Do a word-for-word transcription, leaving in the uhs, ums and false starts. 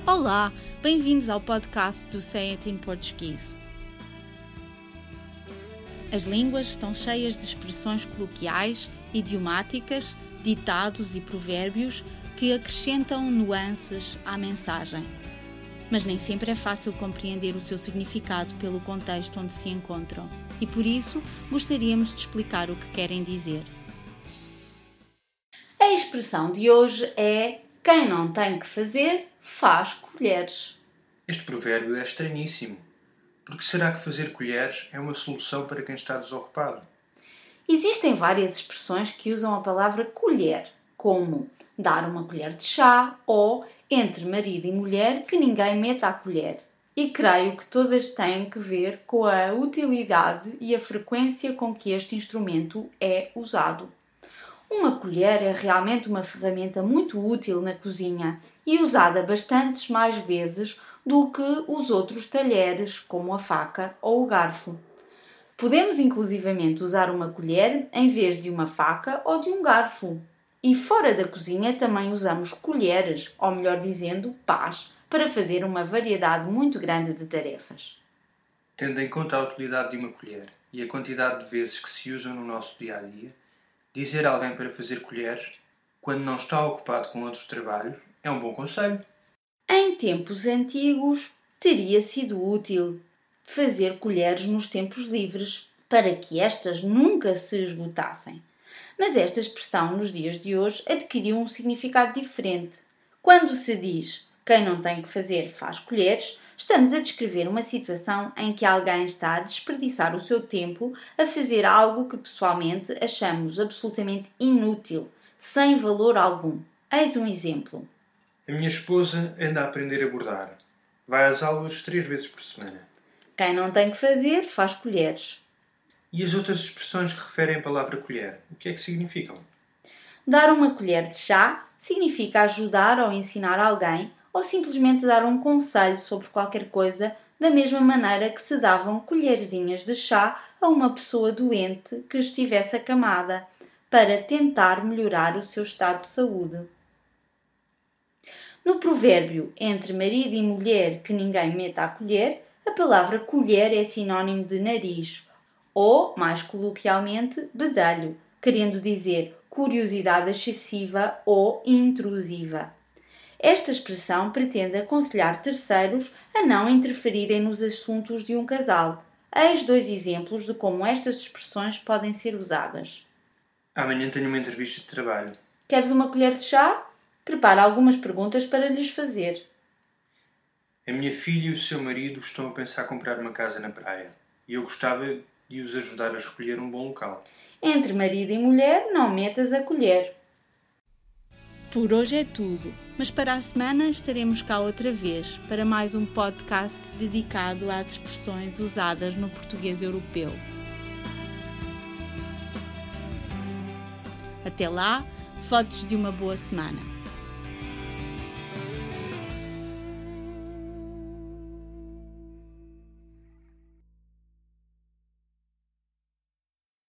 Olá, bem-vindos ao podcast do Say It in Portuguese. As línguas estão cheias de expressões coloquiais, idiomáticas, ditados e provérbios que acrescentam nuances à mensagem. Mas nem sempre é fácil compreender o seu significado pelo contexto onde se encontram e por isso gostaríamos de explicar o que querem dizer. A expressão de hoje é: quem não tem que fazer, faz colheres. Este provérbio é estranhíssimo. Porque será que fazer colheres é uma solução para quem está desocupado? Existem várias expressões que usam a palavra colher, como dar uma colher de chá ou entre marido e mulher que ninguém meta a colher. E creio que todas têm que ver com a utilidade e a frequência com que este instrumento é usado. Uma colher é realmente uma ferramenta muito útil na cozinha e usada bastantes mais vezes do que os outros talheres, como a faca ou o garfo. Podemos inclusivamente usar uma colher em vez de uma faca ou de um garfo. E fora da cozinha também usamos colheres, ou melhor dizendo, pás, para fazer uma variedade muito grande de tarefas. Tendo em conta a utilidade de uma colher e a quantidade de vezes que se usam no nosso dia-a-dia, dizer a alguém para fazer colheres, quando não está ocupado com outros trabalhos, é um bom conselho. Em tempos antigos, teria sido útil fazer colheres nos tempos livres, para que estas nunca se esgotassem. Mas esta expressão, nos dias de hoje, adquiriu um significado diferente. Quando se diz quem não tem que fazer faz colheres, estamos a descrever uma situação em que alguém está a desperdiçar o seu tempo a fazer algo que pessoalmente achamos absolutamente inútil, sem valor algum. Eis um exemplo. A minha esposa anda a aprender a bordar. Vai às aulas três vezes por semana. Quem não tem que fazer faz colheres. E as outras expressões que referem a palavra colher, o que é que significam? Dar uma colher de chá significa ajudar ou ensinar alguém ou simplesmente dar um conselho sobre qualquer coisa, da mesma maneira que se davam colherzinhas de chá a uma pessoa doente que estivesse acamada, para tentar melhorar o seu estado de saúde. No provérbio entre marido e mulher que ninguém meta a colher, a palavra colher é sinónimo de nariz, ou, mais coloquialmente, bedelho, querendo dizer curiosidade excessiva ou intrusiva. Esta expressão pretende aconselhar terceiros a não interferirem nos assuntos de um casal. Eis dois exemplos de como estas expressões podem ser usadas. Amanhã tenho uma entrevista de trabalho. Queres uma colher de chá? Prepara algumas perguntas para lhes fazer. A minha filha e o seu marido estão a pensar comprar uma casa na praia. E eu gostava de os ajudar a escolher um bom local. Entre marido e mulher, não metas a colher. Por hoje é tudo, mas para a semana estaremos cá outra vez para mais um podcast dedicado às expressões usadas no português europeu. Até lá, fotos de uma boa semana.